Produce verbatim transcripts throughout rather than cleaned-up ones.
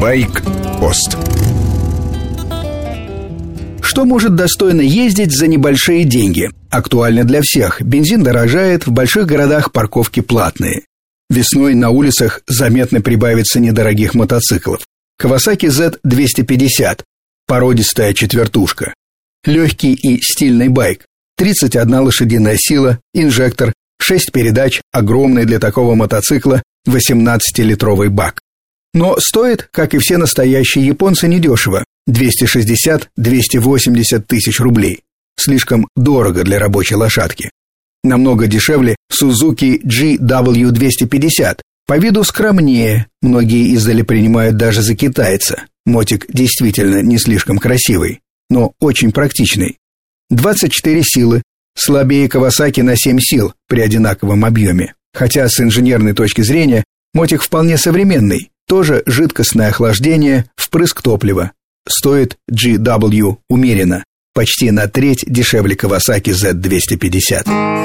Байк-пост. Что может достойно ездить за небольшие деньги? Актуально для всех. Бензин дорожает, в больших городах парковки платные. Весной на улицах заметно прибавится недорогих мотоциклов. Kawasaki зет двести пятьдесят. Породистая четвертушка. Легкий и стильный байк. тридцать одна лошадиная сила, инжектор, шесть передач, огромный для такого мотоцикла восемнадцатилитровый бак. Но стоит, как и все настоящие японцы, недешево – двести шестьдесят - двести восемьдесят тысяч рублей. Слишком дорого для рабочей лошадки. Намного дешевле Suzuki джи дабл ю двести пятьдесят. По виду скромнее, многие издали принимают даже за китайца. Мотик действительно не слишком красивый, но очень практичный. двадцать четыре силы, слабее Kawasaki на семь сил при одинаковом объеме. Хотя с инженерной точки зрения мотик вполне современный. Тоже жидкостное охлаждение, впрыск топлива. Стоит джи дабл ю умеренно, почти на треть дешевле Kawasaki зет двести пятьдесят.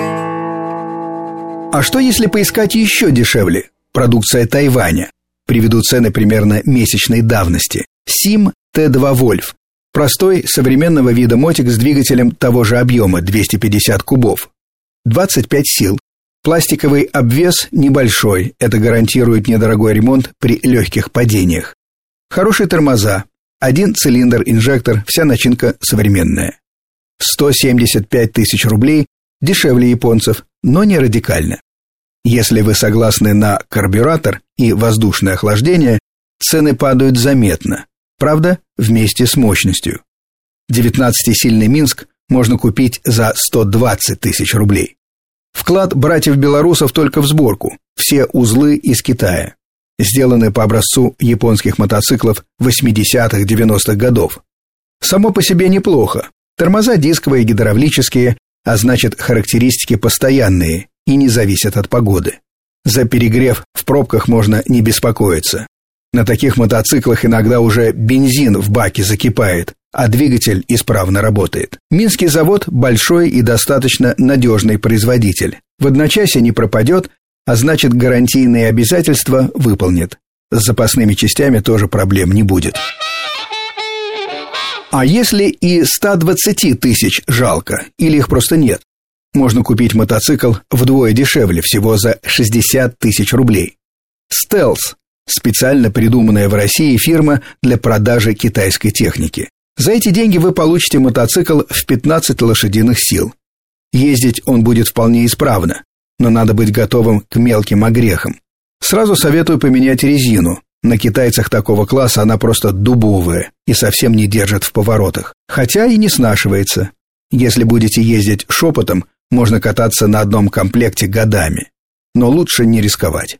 А что если поискать еще дешевле? Продукция Тайваня. Приведу цены примерно месячной давности. Сим Т два Вольф. Простой, современного вида мотик с двигателем того же объема, двести пятьдесят кубов. двадцать пять сил. Пластиковый обвес небольшой, это гарантирует недорогой ремонт при легких падениях. Хорошие тормоза, один цилиндр, инжектор, вся начинка современная. сто семьдесят пять тысяч рублей, дешевле японцев, но не радикально. Если вы согласны на карбюратор и воздушное охлаждение, цены падают заметно, правда, вместе с мощностью. девятнадцатисильный Минск можно купить за сто двадцать тысяч рублей. Вклад братьев-белорусов только в сборку, все узлы из Китая. Сделаны по образцу японских мотоциклов восьмидесятых-девяностых годов. Само по себе неплохо. Тормоза дисковые, гидравлические, а значит характеристики постоянные и не зависят от погоды. За перегрев в пробках можно не беспокоиться. На таких мотоциклах иногда уже бензин в баке закипает, а двигатель исправно работает. Минский завод – большой и достаточно надежный производитель. В одночасье не пропадет, а значит гарантийные обязательства выполнит. С запасными частями тоже проблем не будет. А если и ста двадцати тысяч жалко, или их просто нет? Можно купить мотоцикл вдвое дешевле, всего за шестьдесят тысяч рублей. Стелс – специально придуманная в России фирма для продажи китайской техники. За эти деньги вы получите мотоцикл в пятнадцать лошадиных сил. Ездить он будет вполне исправно, но надо быть готовым к мелким огрехам. Сразу советую поменять резину. На китайцах такого класса она просто дубовая и совсем не держит в поворотах, хотя и не снашивается. Если будете ездить шепотом, можно кататься на одном комплекте годами, но лучше не рисковать.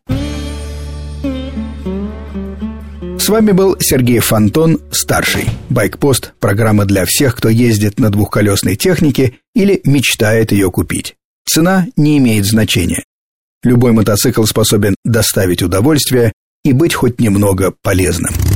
С вами был Сергей Фонтон, старший. Байк-пост – программа для всех, кто ездит на двухколесной технике или мечтает ее купить. Цена не имеет значения. Любой мотоцикл способен доставить удовольствие и быть хоть немного полезным.